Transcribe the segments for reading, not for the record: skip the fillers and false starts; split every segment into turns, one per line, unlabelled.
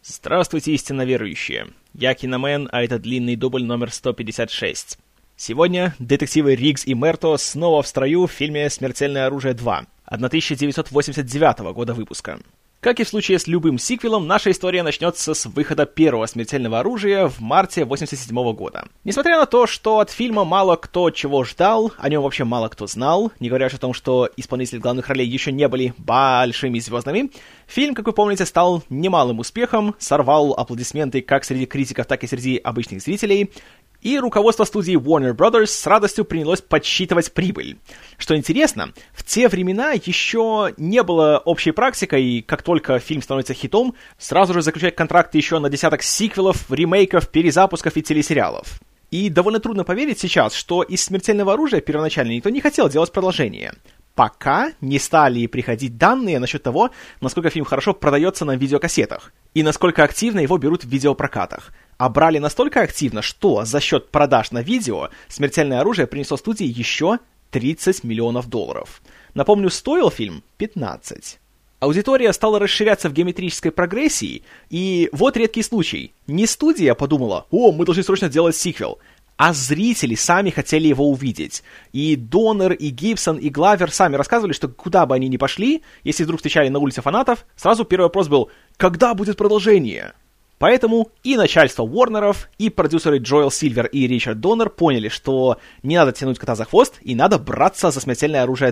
Здравствуйте, истинно верующие. Я Киномен, а это длинный дубль номер 156. Сегодня детективы Риггс и Мерто снова в строю в фильме «Смертельное оружие 2» 1989 года выпуска. Как и в случае с любым сиквелом, наша история начнется с выхода первого «Смертельного оружия» в марте 1987 года. Несмотря на то, что от фильма мало кто чего ждал, о нем вообще мало кто знал, не говоря уж о том, что исполнители главных ролей еще не были большими звездами, фильм, как вы помните, стал немалым успехом, сорвал аплодисменты как среди критиков, так и среди обычных зрителей, и руководство студии Warner Brothers с радостью принялось подсчитывать прибыль. Что интересно, в те времена еще не было общей практикой, как только фильм становится хитом, сразу же заключать контракты еще на десяток сиквелов, ремейков, перезапусков и телесериалов. И довольно трудно поверить сейчас, что из «Смертельного оружия» первоначально никто не хотел делать продолжение. Пока не стали приходить данные насчет того, насколько фильм хорошо продается на видеокассетах, и насколько активно его берут в видеопрокатах. А брали настолько активно, что за счет продаж на видео «Смертельное оружие» принесло студии еще $30 миллионов. Напомню, стоил фильм 15. Аудитория стала расширяться в геометрической прогрессии, и вот редкий случай. Не студия подумала: «О, мы должны срочно сделать сиквел», а зрители сами хотели его увидеть. И Доннер, и Гибсон, и Главер сами рассказывали, что куда бы они ни пошли, если вдруг встречали на улице фанатов, сразу первый вопрос был: «Когда будет продолжение?» Поэтому и начальство Уорнеров, и продюсеры Джоэл Сильвер и Ричард Доннер поняли, что не надо тянуть кота за хвост, и надо браться за «Смертельное оружие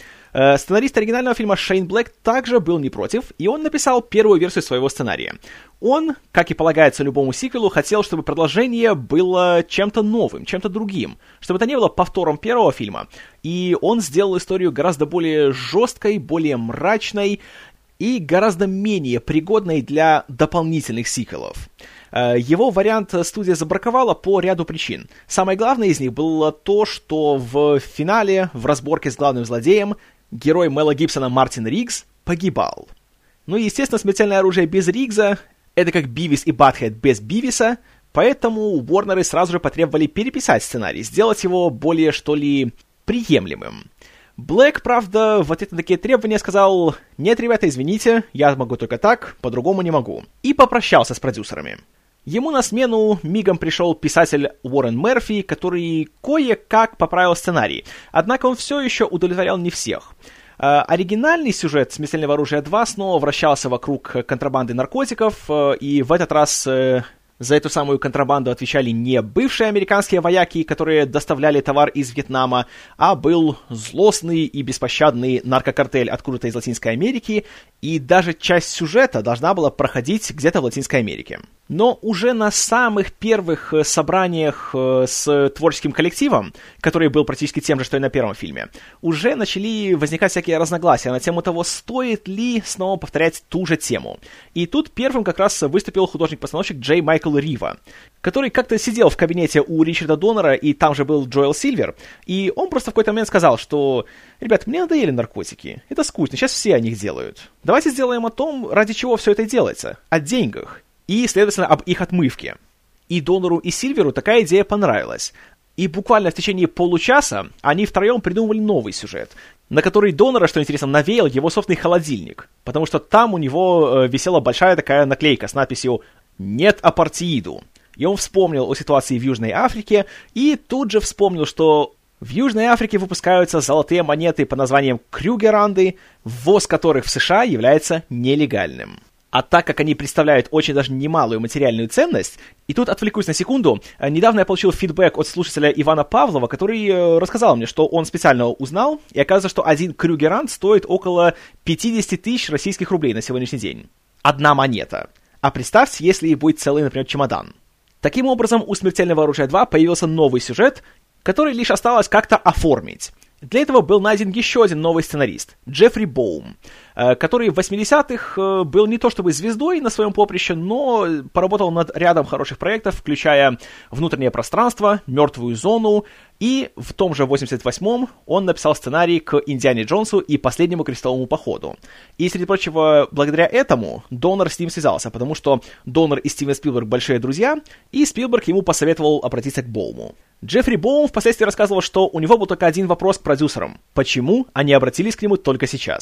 2». Сценарист оригинального фильма Шейн Блэк также был не против, и он написал первую версию своего сценария. Он, как и полагается любому сиквелу, хотел, чтобы продолжение было чем-то новым, чем-то другим, чтобы это не было повтором первого фильма, и он сделал историю гораздо более жесткой, более мрачной и гораздо менее пригодной для дополнительных сиквелов. Его вариант студия забраковала по ряду причин. Самое главное из них было то, что в финале, в разборке с главным злодеем, герой Мела Гибсона Мартин Риггс погибал. Ну и, естественно, «Смертельное оружие» без Риггса — это как Бивис и Батхед без Бивиса, поэтому Уорнеры сразу же потребовали переписать сценарий, сделать его более, что ли, приемлемым. Блэк, правда, в ответ на такие требования сказал: «Нет, ребята, извините, я могу только так, по-другому не могу», и попрощался с продюсерами. Ему на смену мигом пришел писатель Уоррен Мерфи, который кое-как поправил сценарий, однако он все еще удовлетворял не всех. Оригинальный сюжет «Смертельного оружия 2» снова вращался вокруг контрабанды наркотиков, и в этот раз за эту самую контрабанду отвечали не бывшие американские вояки, которые доставляли товар из Вьетнама, а был злостный и беспощадный наркокартель откуда-то из Латинской Америки, и даже часть сюжета должна была проходить где-то в Латинской Америке. Но уже на самых первых собраниях с творческим коллективом, который был практически тем же, что и на первом фильме, уже начали возникать всякие разногласия на тему того, стоит ли снова повторять ту же тему. И тут первым как раз выступил художник-постановщик Джей Майкл Рива, который как-то сидел в кабинете у Ричарда Доннера, и там же был Джоэл Сильвер, и он просто в какой-то момент сказал, что: «Ребят, мне надоели наркотики, это скучно, сейчас все о них делают. Давайте сделаем о том, ради чего все это делается, о деньгах. И, следовательно, об их отмывке». И Доннеру, и Сильверу такая идея понравилась. И буквально в течение получаса они втроем придумывали новый сюжет, на который Доннера, что интересно, навеял его собственный холодильник, потому что там у него висела большая такая наклейка с надписью «Нет апартеиду». И он вспомнил о ситуации в Южной Африке, и тут же вспомнил, что в Южной Африке выпускаются золотые монеты под названием крюгеранды, ввоз которых в США является нелегальным. А так как они представляют очень даже немалую материальную ценность, и тут отвлекусь на секунду, недавно я получил фидбэк от слушателя Ивана Павлова, который рассказал мне, что он специально узнал, и оказывается, что один крюгерант стоит около 50 тысяч российских рублей на сегодняшний день. Одна монета. А представьте, если будет целый, например, чемодан. Таким образом, у «Смертельного оружия 2» появился новый сюжет, который лишь осталось как-то оформить. Для этого был найден еще один новый сценарист, Джеффри Боум, который в 80-х был не то чтобы звездой на своем поприще, но поработал над рядом хороших проектов, включая «Внутреннее пространство», «Мертвую зону», и в том же 88-м он написал сценарий к «Индиане Джонсу» и «Последнему крестовому походу». И, среди прочего, благодаря этому Доннер с ним связался, потому что Доннер и Стивен Спилберг большие друзья, и Спилберг ему посоветовал обратиться к Боуму. Джеффри Боум впоследствии рассказывал, что у него был только один вопрос к продюсерам: почему они обратились к нему только сейчас?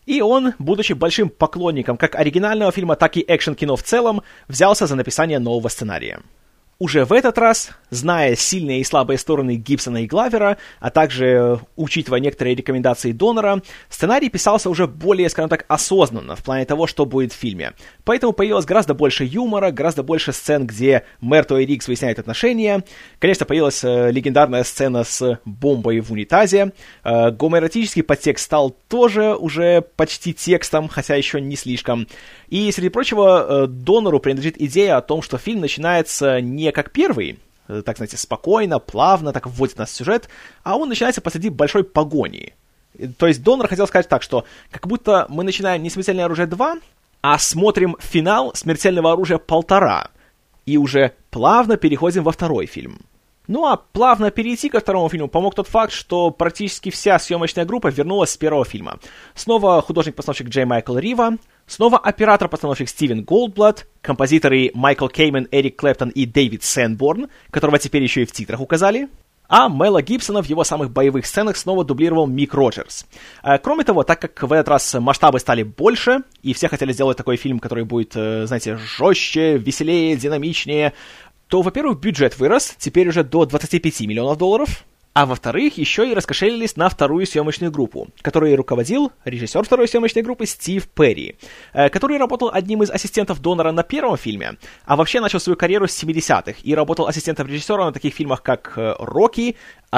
И он, будучи большим поклонником как оригинального фильма, так и экшн-кино в целом, взялся за написание нового сценария. Уже в этот раз, зная сильные и слабые стороны Гибсона и Главера, а также учитывая некоторые рекомендации донора, сценарий писался уже более, скажем так, осознанно в плане того, что будет в фильме. Поэтому появилось гораздо больше юмора, гораздо больше сцен, где Мерто и Риггс выясняют отношения. Конечно, появилась легендарная сцена с бомбой в унитазе. Гомоэротический подтекст стал тоже уже почти текстом, хотя еще не слишком. И, среди прочего, донору принадлежит идея о том, что фильм начинается не как первый, так, знаете, спокойно, плавно, так вводит нас в сюжет, а он начинается посреди большой погони. То есть донор хотел сказать так, что как будто мы начинаем не «Смертельное оружие 2», а смотрим финал «Смертельного оружия 1.5», и уже плавно переходим во второй фильм. Ну а плавно перейти ко второму фильму помог тот факт, что практически вся съемочная группа вернулась с первого фильма. Снова художник-постановщик Джей Майкл Рива, снова оператор-постановщик Стивен Голдблат, композиторы Майкл Кеймен, Эрик Клэптон и Дэвид Сэнборн, которого теперь еще и в титрах указали. А Мела Гибсона в его самых боевых сценах снова дублировал Мик Роджерс. Кроме того, так как в этот раз масштабы стали больше, и все хотели сделать такой фильм, который будет, знаете, жестче, веселее, динамичнее, то, во-первых, бюджет вырос, теперь уже до $25 миллионов, а во-вторых, еще и раскошелились на вторую съемочную группу, которой руководил режиссер второй съемочной группы Стив Перри, который работал одним из ассистентов донора на первом фильме, а вообще начал свою карьеру с 70-х и работал ассистентом режиссера на таких фильмах, как «Рокки»,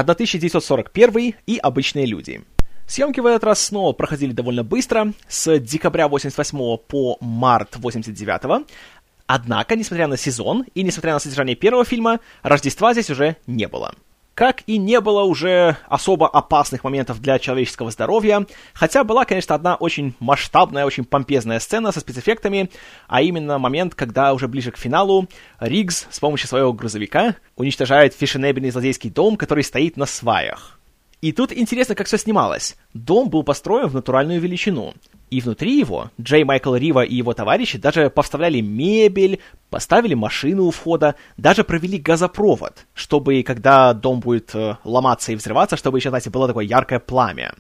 «1941» и «Обычные люди». Съемки в этот раз снова проходили довольно быстро, с декабря 88 по март 89. Однако, несмотря на сезон и несмотря на содержание первого фильма, Рождества здесь уже не было. Как и не было уже особо опасных моментов для человеческого здоровья, хотя была, конечно, одна очень масштабная, очень помпезная сцена со спецэффектами, а именно момент, когда уже ближе к финалу Риггс с помощью своего грузовика уничтожает фешенебельный злодейский дом, который стоит на сваях. И тут интересно, как все снималось. Дом был построен в натуральную величину. И внутри его Джей Майкл Рива и его товарищи даже повставляли мебель, поставили машину у входа, даже провели газопровод, чтобы, когда дом будет ломаться и взрываться, чтобы еще, знаете, было такое яркое пламя.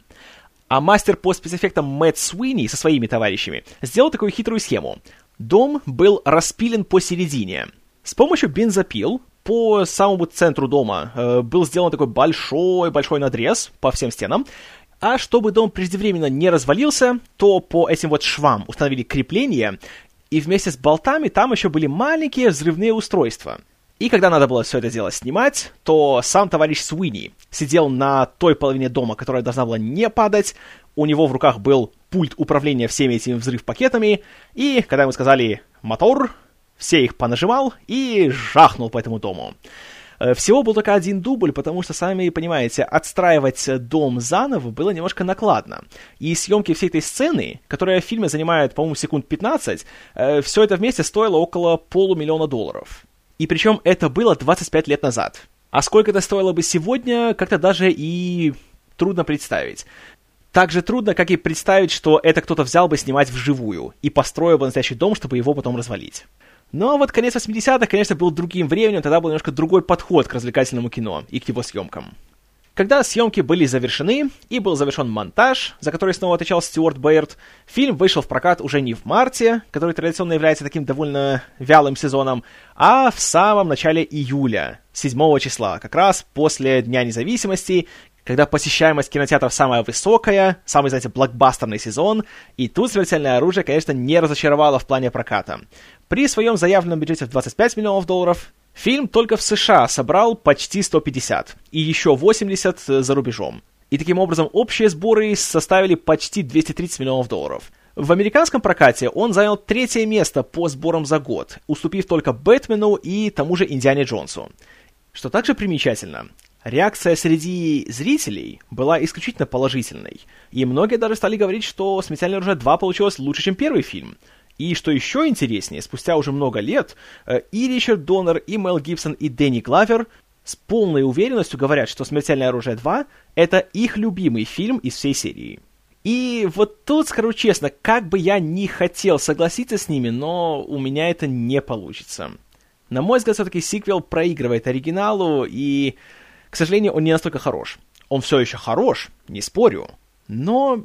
А мастер по спецэффектам Мэтт Суини со своими товарищами сделал такую хитрую схему. Дом был распилен посередине. С помощью бензопил по самому центру дома был сделан такой большой-большой надрез по всем стенам, а чтобы дом преждевременно не развалился, то по этим вот швам установили крепления, и вместе с болтами там еще были маленькие взрывные устройства. И когда надо было все это дело снимать, то сам товарищ Суини сидел на той половине дома, которая должна была не падать, у него в руках был пульт управления всеми этими взрыв-пакетами, и когда ему сказали «мотор», все их понажимал и жахнул по этому дому. Всего был только один дубль, потому что, сами понимаете, отстраивать дом заново было немножко накладно. И съемки всей этой сцены, которая в фильме занимает, по-моему, секунд 15, все это вместе стоило около $500 000. И причем это было 25 лет назад. А сколько это стоило бы сегодня, как-то даже и трудно представить. Так же трудно, как и представить, что это кто-то взял бы снимать вживую и построил бы настоящий дом, чтобы его потом развалить. Но вот конец 80-х, конечно, был другим временем, тогда был немножко другой подход к развлекательному кино и к его съемкам. Когда съемки были завершены и был завершен монтаж, за который снова отвечал Стюарт Бэйрд, фильм вышел в прокат уже не в марте, который традиционно является таким довольно вялым сезоном, а в самом начале июля, 7 числа, как раз после Дня независимости, когда посещаемость кинотеатров самая высокая, самый, знаете, блокбастерный сезон, и тут «Смертельное оружие», конечно, не разочаровало в плане проката. При своем заявленном бюджете в $25 миллионов фильм только в США собрал почти 150, и еще 80 за рубежом. И таким образом общие сборы составили почти $230 миллионов. В американском прокате он занял 3-е место по сборам за год, уступив только «Бэтмену» и тому же «Индиане Джонсу». Что также примечательно, реакция среди зрителей была исключительно положительной, и многие даже стали говорить, что «Смертельное оружие 2» получилось лучше, чем первый фильм. И что еще интереснее, спустя уже много лет и Ричард Доннер, и Мел Гибсон, и Дэнни Главер с полной уверенностью говорят, что «Смертельное оружие 2» — это их любимый фильм из всей серии. И вот тут, скажу честно, как бы я ни хотел согласиться с ними, но у меня это не получится. На мой взгляд, все-таки сиквел проигрывает оригиналу, и, к сожалению, он не настолько хорош. Он все еще хорош, не спорю, но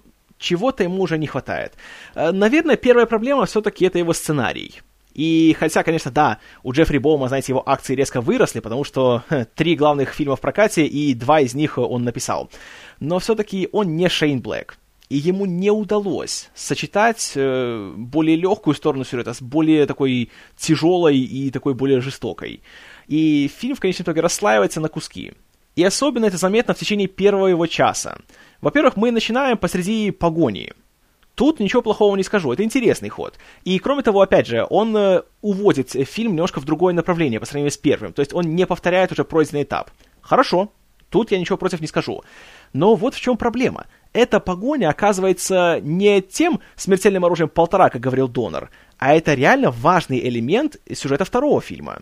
чего-то ему уже не хватает. Наверное, первая проблема все-таки это его сценарий. И хотя, конечно, да, у Джеффри Боума, знаете, его акции резко выросли, потому что 3 главных фильма в прокате, и 2 из них он написал. Но все-таки он не Шейн Блэк. И ему не удалось сочетать более легкую сторону сюжета с более такой тяжелой и такой более жестокой. И фильм в конечном итоге расслаивается на куски. И особенно это заметно в течение первого его часа. Во-первых, мы начинаем посреди погони. Тут ничего плохого не скажу, это интересный ход. И кроме того, опять же, он уводит фильм немножко в другое направление по сравнению с первым. То есть он не повторяет уже пройденный этап. Хорошо, тут я ничего против не скажу. Но вот в чем проблема. Эта погоня оказывается не тем смертельным оружием 1,5, как говорил Донор, а это реально важный элемент сюжета второго фильма.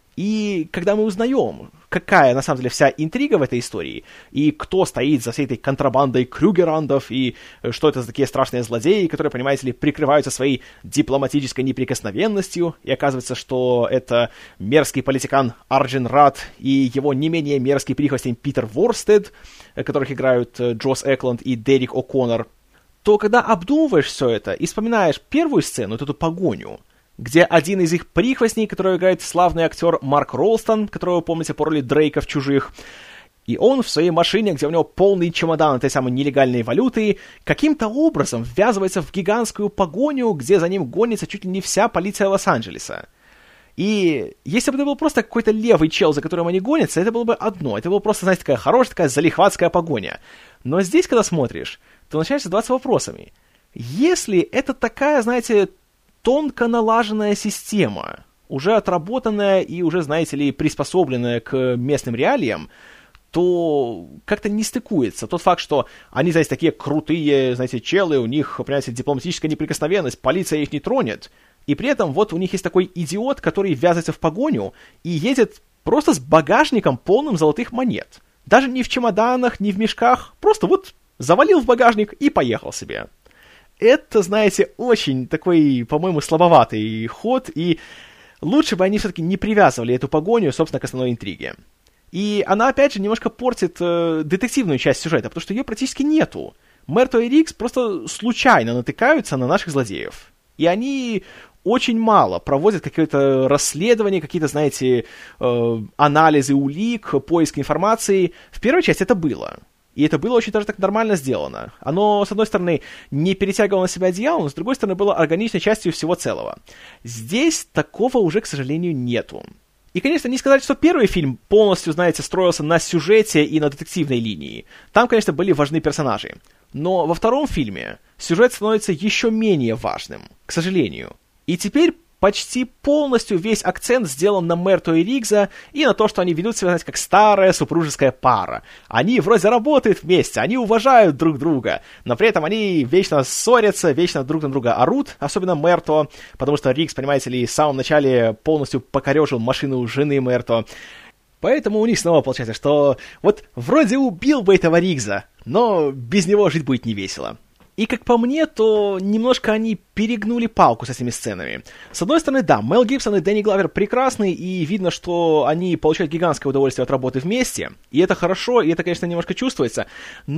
И когда мы узнаем, какая на самом деле вся интрига в этой истории, и кто стоит за всей этой контрабандой крюгерандов, и что это за такие страшные злодеи, которые, понимаете ли, прикрываются своей дипломатической неприкосновенностью, и оказывается, что это мерзкий политикан Арджин Рад и его не менее мерзкий прихвостень Питер Ворстед, которых играют Джосс Экланд и Дерек О'Коннор, то когда обдумываешь все это и вспоминаешь первую сцену, вот эту погоню, где один из их прихвостней, которого играет славный актер Марк Ролстон, которого вы помните по роли Дрейка в «Чужих», и он в своей машине, где у него полный чемодан этой самой нелегальной валюты, каким-то образом ввязывается в гигантскую погоню, где за ним гонится чуть ли не вся полиция Лос-Анджелеса. И если бы это был просто какой-то левый чел, за которым они гонятся, это было бы одно. Это было просто, знаете, такая хорошая, такая залихватская погоня. Но здесь, когда смотришь, то начинаешь задаваться вопросами. Если это такая, знаете, тонко налаженная система, уже отработанная и уже, знаете ли, приспособленная к местным реалиям, то как-то не стыкуется. Тот факт, что они, знаете, такие крутые, знаете, челы, у них, понимаете, дипломатическая неприкосновенность, полиция их не тронет, и при этом вот у них есть такой идиот, который ввязывается в погоню и едет просто с багажником, полным золотых монет. Даже не в чемоданах, не в мешках, просто вот завалил в багажник и поехал себе. Это, знаете, очень такой, по-моему, слабоватый ход, и лучше бы они все-таки не привязывали эту погоню, собственно, к основной интриге. И она, опять же, немножко портит детективную часть сюжета, потому что ее практически нету. Мерто и Риггс просто случайно натыкаются на наших злодеев. И они очень мало проводят какие-то расследования, какие-то, знаете, анализы улик, поиск информации. В первой части это было. И это было очень даже так нормально сделано. Оно, с одной стороны, не перетягивало на себя одеяло, но с другой стороны, было органичной частью всего целого. Здесь такого уже, к сожалению, нету. И, конечно, не сказать, что первый фильм полностью, знаете, строился на сюжете и на детективной линии. Там, конечно, были важны персонажи. Но во втором фильме сюжет становится еще менее важным, к сожалению. И теперь почти полностью весь акцент сделан на Мерто и Риггса и на то, что они ведут себя, знаете, как старая супружеская пара. Они вроде работают вместе, они уважают друг друга, но при этом они вечно ссорятся, вечно друг на друга орут, особенно Мерто, потому что Риггс, понимаете ли, в самом начале полностью покорежил машину жены Мерто. Поэтому у них снова получается, что вот вроде убил бы этого Риггса, но без него жить будет невесело. И, как по мне, то немножко они перегнули палку с этими сценами. С одной стороны, да, Мел Гибсон и Дэнни Главер прекрасны, и видно, что они получают гигантское удовольствие от работы вместе, и это хорошо, и это, конечно, немножко чувствуется,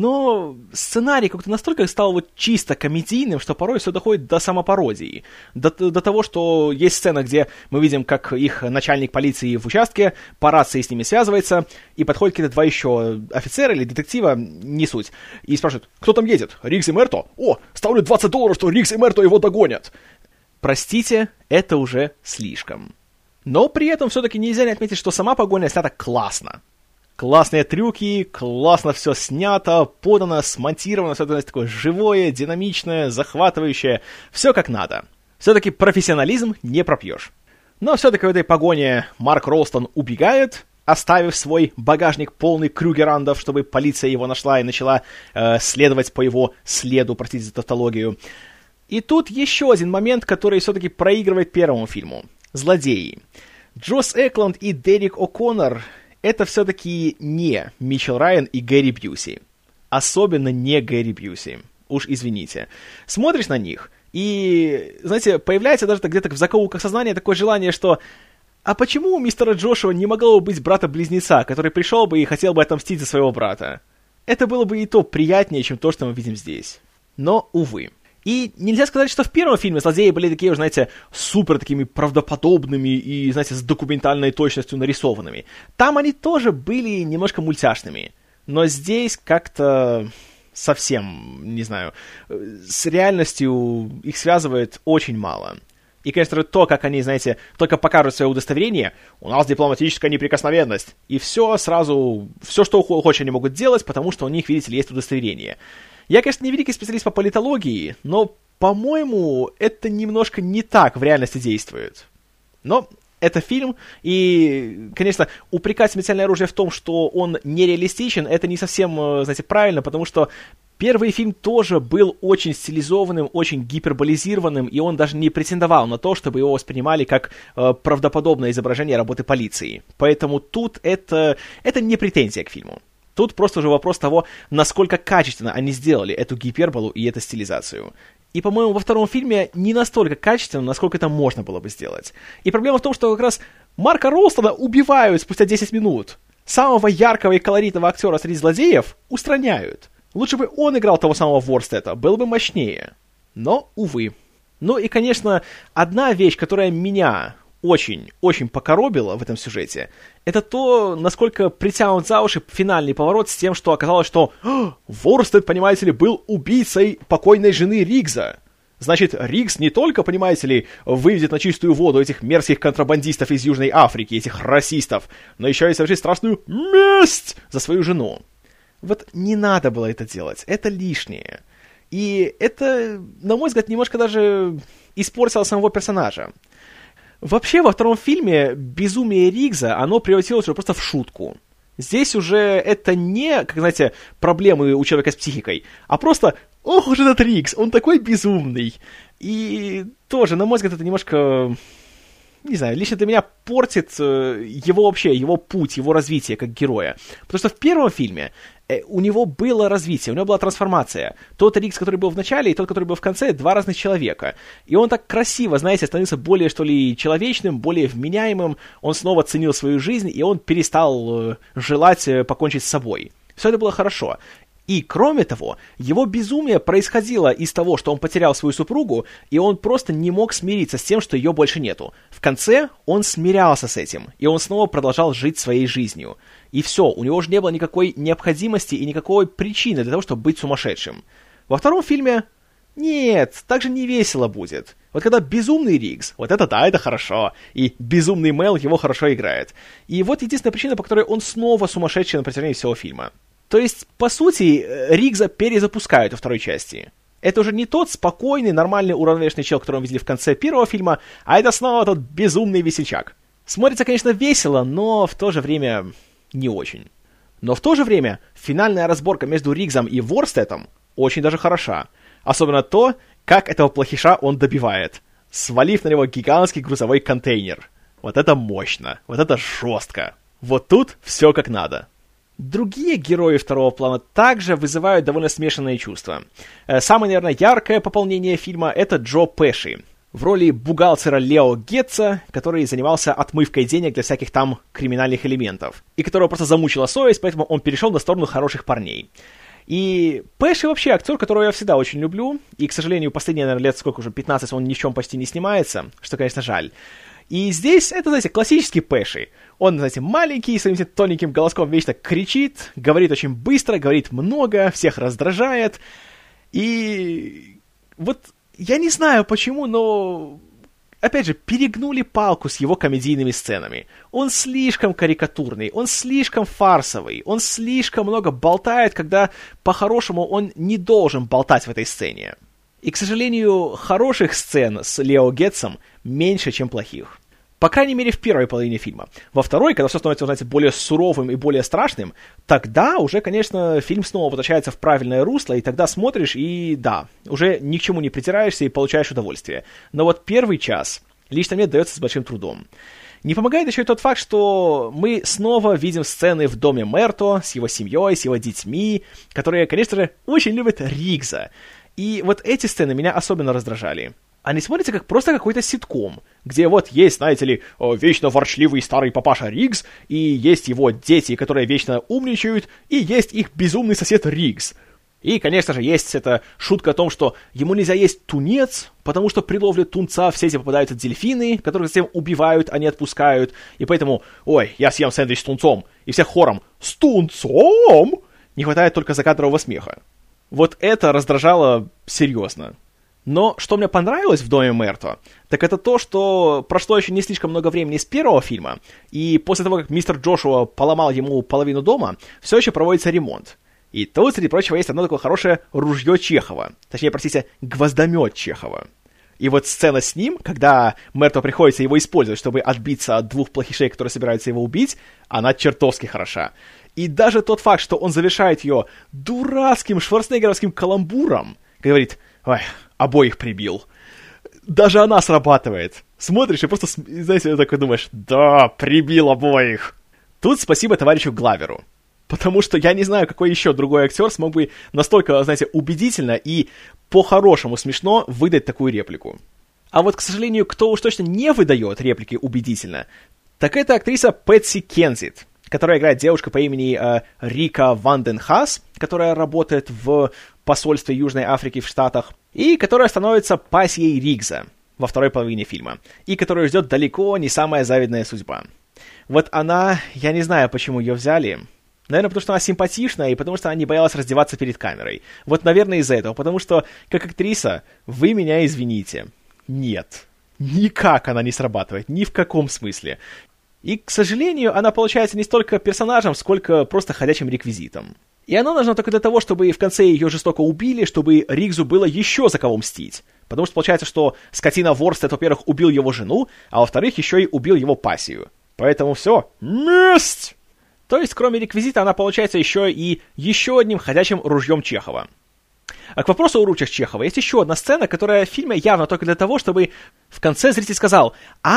но сценарий как-то настолько стал вот чисто комедийным, что порой все доходит до самопародии. До того, что есть сцена, где мы видим, как их начальник полиции в участке по рации с ними связывается, и подходят какие-то 2 еще офицера или детектива, не суть, и спрашивают, кто там едет, Риггс и Мерто? О, ставлю $20, что Риггс и Мерто его догонят. Простите, это уже слишком. Но при этом все-таки нельзя не отметить, что сама погоня снята классно. Классные трюки, классно все снято, подано, смонтировано, все это такое живое, динамичное, захватывающее, все как надо. Все-таки профессионализм не пропьешь. Но все-таки в этой погоне Марк Ролстон убегает, оставив свой багажник полный крюгерандов, чтобы полиция его нашла и начала следовать по его следу, простите за тавтологию. И тут еще один момент, который все-таки проигрывает первому фильму. Злодеи. Джосс Экланд и Дерек О'Коннор — это все-таки не Митчелл Райан и Гэри Бьюси. Особенно не Гэри Бьюси. Уж извините. Смотришь на них, и, знаете, появляется даже где-то в закоулках сознания такое желание, что а почему у мистера Джошуа не могло бы быть брата-близнеца, который пришел бы и хотел бы отомстить за своего брата? Это было бы и то приятнее, чем то, что мы видим здесь. Но, увы. И нельзя сказать, что в первом фильме злодеи были такие, знаете, супер такими правдоподобными и, знаете, с документальной точностью нарисованными. Там они тоже были немножко мультяшными. Но здесь как-то совсем, не знаю, с реальностью их связывает очень мало. И, конечно, то, как они, знаете, только покажут свое удостоверение, у нас дипломатическая неприкосновенность. И все сразу, все, что хочешь, они могут делать, потому что у них, видите ли, есть удостоверение. Я, конечно, не великий специалист по политологии, но, по-моему, это немножко не так в реальности действует. Но это фильм, и, конечно, упрекать «Смертельное оружие» в том, что он нереалистичен, это не совсем, знаете, правильно, потому что первый фильм тоже был очень стилизованным, очень гиперболизированным, и он даже не претендовал на то, чтобы его воспринимали как правдоподобное изображение работы полиции. Поэтому тут это не претензия к фильму. Тут просто уже вопрос того, насколько качественно они сделали эту гиперболу и эту стилизацию. И, по-моему, во втором фильме не настолько качественно, насколько это можно было бы сделать. И проблема в том, что как раз Марка Ролстона убивают спустя 10 минут. Самого яркого и колоритного актера среди злодеев устраняют. Лучше бы он играл того самого Ворстета, было бы мощнее. Но, увы. Ну и, конечно, одна вещь, которая меня очень покоробила в этом сюжете, это то, насколько притянут за уши финальный поворот с тем, что оказалось, что Ворстед, понимаете ли, был убийцей покойной жены Риггса. Значит, Риггс не только, понимаете ли, выведет на чистую воду этих мерзких контрабандистов из Южной Африки, этих расистов, но еще и совершит страшную месть за свою жену. Вот не надо было это делать, это лишнее. И это, на мой взгляд, немножко даже испортило самого персонажа. Вообще, во втором фильме безумие Риггса, оно превратилось уже просто в шутку. Здесь уже это не, как знаете, проблемы у человека с психикой, а просто, ох уж этот Риггс, он такой безумный. И тоже, на мой взгляд, это немножко, не знаю, лично для меня портит его вообще, его путь, его развитие как героя. Потому что в первом фильме у него было развитие, у него была трансформация. Тот Риггс, который был в начале, и тот, который был в конце, два разных человека. И он так красиво, знаете, становился более, что ли, человечным, более вменяемым. Он снова ценил свою жизнь, и он перестал желать покончить с собой. Все это было хорошо. И, кроме того, его безумие происходило из того, что он потерял свою супругу, и он просто не мог смириться с тем, что ее больше нету. В конце он смирялся с этим, и он снова продолжал жить своей жизнью. И все, у него уже не было никакой необходимости и никакой причины для того, чтобы быть сумасшедшим. Во втором фильме нет, так же не весело будет. Вот когда безумный Риггс, вот это да, это хорошо, и безумный Мел его хорошо играет. И вот единственная причина, по которой он снова сумасшедший на протяжении всего фильма. То есть, по сути, Риггса перезапускают во второй части. Это уже не тот спокойный, нормальный, уравновешенный чел, которого мы видели в конце первого фильма, а это снова тот безумный весельчак. Смотрится, конечно, весело, но в то же время не очень. Но в то же время финальная разборка между Риггсом и Ворстетом очень даже хороша. Особенно то, как этого плохиша он добивает, свалив на него гигантский грузовой контейнер. Вот это мощно, вот это жестко. Вот тут все как надо. Другие герои второго плана также вызывают довольно смешанные чувства. Самое, наверное, яркое пополнение фильма — это Джо Пеши в роли бухгалтера Лео Гетца, который занимался отмывкой денег для всяких там криминальных элементов, и которого просто замучила совесть, поэтому он перешел на сторону хороших парней. И Пеши вообще актер, которого я всегда очень люблю, и, к сожалению, последние, наверное, лет сколько уже, 15, он ни в чем почти не снимается, что, конечно, жаль. И здесь это, знаете, классический Пеши. Он, знаете, маленький, своим тоненьким голоском вечно кричит, говорит очень быстро, говорит много, всех раздражает. И вот я не знаю почему, но, опять же, перегнули палку с его комедийными сценами. Он слишком карикатурный, он слишком фарсовый, он слишком много болтает, когда по-хорошему он не должен болтать в этой сцене. И, к сожалению, хороших сцен с Лео Гетцем меньше, чем плохих. По крайней мере, в первой половине фильма. Во второй, когда все становится, знаете, более суровым и более страшным, тогда уже, конечно, фильм снова возвращается в правильное русло, и тогда смотришь, и да, уже ни к чему не притираешься и получаешь удовольствие. Но вот первый час лично мне дается с большим трудом. Не помогает еще и тот факт, что мы снова видим сцены в доме Мерто с его семьей, с его детьми, которые, конечно же, очень любят Риггса. И вот эти сцены меня особенно раздражали. Они смотрятся как просто какой-то ситком, где вот есть, знаете ли, вечно ворчливый старый папаша Риггс, и есть его дети, которые вечно умничают, и есть их безумный сосед Риггс. И, конечно же, есть эта шутка о том, что ему нельзя есть тунец, потому что при ловле тунца в сети попадают дельфины, которых затем убивают, а не отпускают. И поэтому, ой, я съем сэндвич с тунцом. И все хором «С тунцом!» Не хватает только закадрового смеха. Вот это раздражало серьезно. Но что мне понравилось в доме Мерто, так это то, что прошло еще не слишком много времени с первого фильма, и после того, как мистер Джошуа поломал ему половину дома, все еще проводится ремонт. И тут, среди прочего, есть одно такое хорошее ружье Чехова. Точнее, простите, гвоздомет Чехова. И вот сцена с ним, когда Мерто приходится его использовать, чтобы отбиться от двух плохишей, которые собираются его убить, она чертовски хороша. И даже тот факт, что он завершает ее дурацким шварценеггеровским каламбуром, говорит, ой, обоих прибил. Даже она срабатывает. Смотришь и просто, знаете, такой думаешь, да, прибил обоих. Тут спасибо товарищу Главеру. Потому что я не знаю, какой еще другой актер смог бы настолько, знаете, убедительно и по-хорошему смешно выдать такую реплику. А вот, к сожалению, кто уж точно не выдает реплики убедительно, так это актриса Пэтси Кензит, которая играет девушку по имени Рика Ванденхас, которая работает в посольстве Южной Африки в Штатах, и которая становится пассией Ригза во второй половине фильма, и которую ждет далеко не самая завидная судьба. Вот она, я не знаю, почему ее взяли. Наверное, потому что она симпатичная, и потому что она не боялась раздеваться перед камерой. Вот, наверное, из-за этого. Потому что, как актриса, вы меня извините. Нет. Никак она не срабатывает. Ни в каком смысле. И, к сожалению, она получается не столько персонажем, сколько просто ходячим реквизитом. И она нужна только для того, чтобы в конце ее жестоко убили, чтобы Ригзу было еще за кого мстить. Потому что получается, что скотина Ворстед, во-первых, убил его жену, а во-вторых, еще и убил его пассию. Поэтому все. Месть! То есть, кроме реквизита, она получается еще и еще одним ходячим ружьем Чехова. А к вопросу о ручьях Чехова, есть еще одна сцена, которая в фильме явно только для того, чтобы в конце зритель сказал: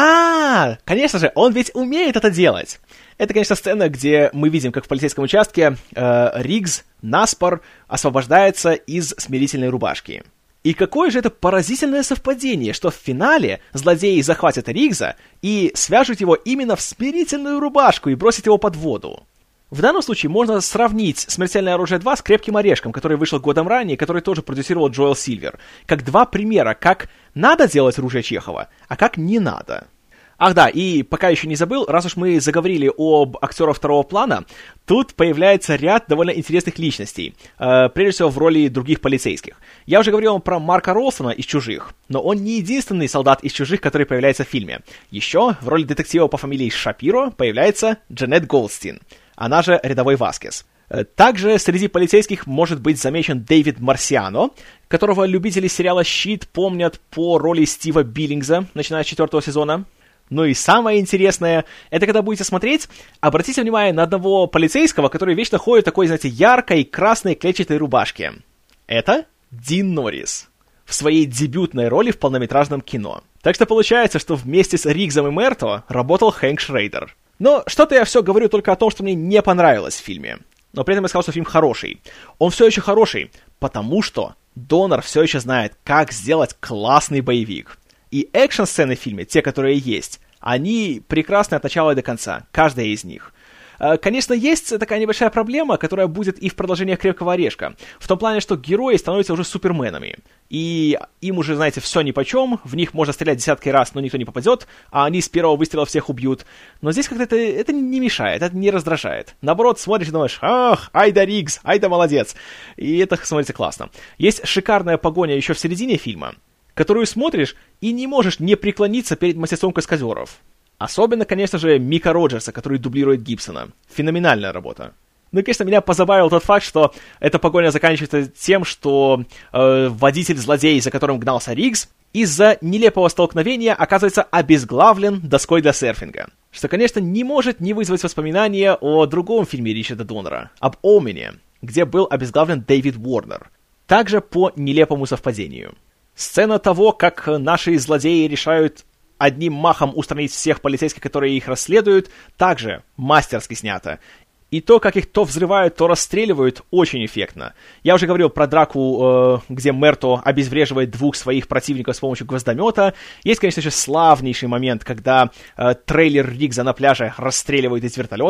конечно же, он ведь умеет это делать. Это, конечно, сцена, где мы видим, как в полицейском участке Ригз наспор освобождается из смирительной рубашки. И какое же это поразительное совпадение, что в финале злодеи захватят Ригза и свяжут его именно в смирительную рубашку и бросят его под воду. В данном случае можно сравнить «Смертельное оружие 2» с «Крепким орешком», который вышел годом ранее, который тоже продюсировал Джоэл Сильвер, как два примера, как надо делать ружье Чехова, а как не надо. Ах да, и пока еще не забыл, раз уж мы заговорили об актерах второго плана, тут появляется ряд довольно интересных личностей, прежде всего в роли других полицейских. Я уже говорил вам про Марка Ролсона из «Чужих», но он не единственный солдат из «Чужих», который появляется в фильме. Еще в роли детектива по фамилии Шапиро появляется Джанет Голдстин, она же рядовой Васкес. Также среди полицейских может быть замечен Дэвид Марсиано, которого любители сериала «Щит» помнят по роли Стива Биллингза, начиная с 4-го сезона. Ну и самое интересное, это когда будете смотреть, обратите внимание на одного полицейского, который вечно ходит в такой, знаете, яркой красной клетчатой рубашке. Это Дин Норрис в своей дебютной роли в полнометражном кино. Так что получается, что вместе с Ригзом и Мерто работал Хэнк Шрейдер. Но что-то я все говорю только о том, что мне не понравилось в фильме. Но при этом я сказал, что фильм хороший. Он все еще хороший, потому что Доннер все еще знает, как сделать классный боевик. И экшн-сцены в фильме, те, которые есть, они прекрасны от начала и до конца, каждая из них. Конечно, есть такая небольшая проблема, которая будет и в продолжениях «Крепкого орешка», в том плане, что герои становятся уже суперменами, и им уже, знаете, все нипочем, в них можно стрелять десятки раз, но никто не попадет, а они с первого выстрела всех убьют. Но здесь как-то это не мешает, это не раздражает. Наоборот, смотришь и думаешь: ах, ай да Ригз, ай да молодец. И это смотрится классно. Есть шикарная погоня еще в середине фильма, которую смотришь и не можешь не преклониться перед мастерством каскадеров. Особенно, конечно же, Мика Роджерса, который дублирует Гибсона. Феноменальная работа. Ну и, конечно, меня позабавил тот факт, что эта погоня заканчивается тем, что водитель-злодей, за которым гнался Ригз, из-за нелепого столкновения оказывается обезглавлен доской для серфинга. Что, конечно, не может не вызвать воспоминания о другом фильме Ричарда Доннера, об Омене, где был обезглавлен Дэвид Уорнер. Также по нелепому совпадению. Сцена того, как наши злодеи решают одним махом устранить всех полицейских, которые их расследуют, также мастерски снято. И то, как их то взрывают, то расстреливают, очень эффектно. Я уже говорил про драку, где Мерто обезвреживает двух своих противников с помощью гвоздомета. Есть, конечно, еще славнейший момент, когда трейлер Ригза на пляже расстреливают из вертолета.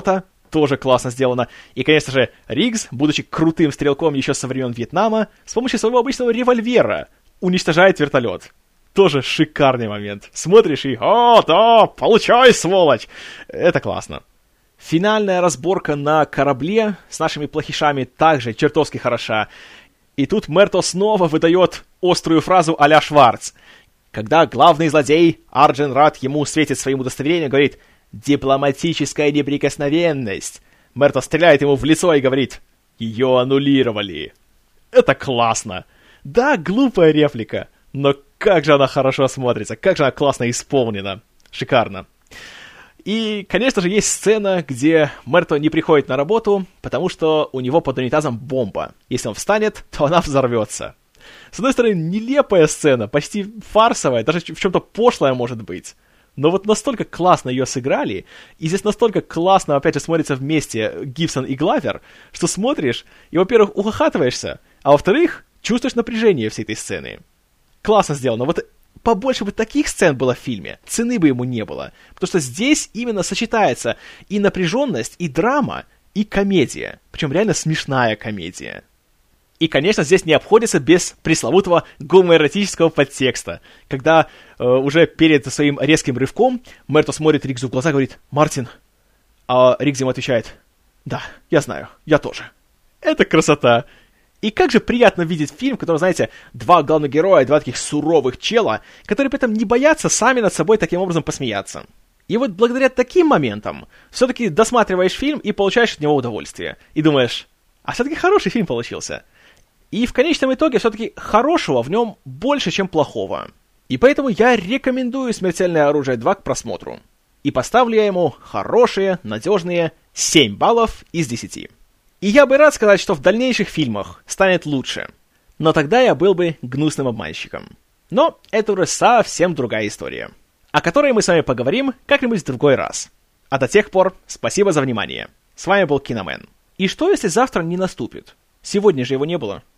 тоже классно сделано. И, конечно же, Риггс, будучи крутым стрелком еще со времен Вьетнама, с помощью своего обычного револьвера уничтожает вертолет. Тоже шикарный момент. Смотришь и «О, да, получай, сволочь!» Это классно. Финальная разборка на корабле с нашими плохишами также чертовски хороша. И тут Мерто снова выдает острую фразу а-ля Шварц. Когда главный злодей, Арджен Рад, ему светит своим удостоверением, говорит «дипломатическая неприкосновенность». Мерто стреляет ему в лицо и говорит «ее аннулировали». Это классно. Да, глупая реплика, но как же она хорошо смотрится, как же она классно исполнена. Шикарно. И, конечно же, есть сцена, где Мерто не приходит на работу, потому что у него под унитазом бомба. Если он встанет, то она взорвется. С одной стороны, нелепая сцена, почти фарсовая, даже в чем-то пошлая может быть. Но вот настолько классно ее сыграли, и здесь настолько классно, опять же, смотрятся вместе Гибсон и Главер, что смотришь и, во-первых, ухахатываешься, а во-вторых, чувствуешь напряжение всей этой сцены. Классно сделано. Вот побольше бы таких сцен было в фильме, цены бы ему не было. Потому что здесь именно сочетается и напряженность, и драма, и комедия. Причем реально смешная комедия. И, конечно, здесь не обходится без пресловутого гомоэротического подтекста. Когда уже перед своим резким рывком Мерто смотрит Риггсу в глаза и говорит «Мартин». А Риггс ему отвечает «Да, я знаю, я тоже». Это красота. И как же приятно видеть фильм, в котором, знаете, два главных героя, два таких суровых чела, которые при этом не боятся сами над собой таким образом посмеяться. И вот благодаря таким моментам все-таки досматриваешь фильм и получаешь от него удовольствие. И думаешь, а все-таки хороший фильм получился. И в конечном итоге все-таки хорошего в нем больше, чем плохого. И поэтому я рекомендую «Смертельное оружие 2» к просмотру. И поставлю я ему хорошие, надежные 7 баллов из 10. И я бы рад сказать, что в дальнейших фильмах станет лучше. Но тогда я был бы гнусным обманщиком. Но это уже совсем другая история, о которой мы с вами поговорим как-нибудь в другой раз. А до тех пор, спасибо за внимание. С вами был Киномен. И что, если завтра не наступит? Сегодня же его не было.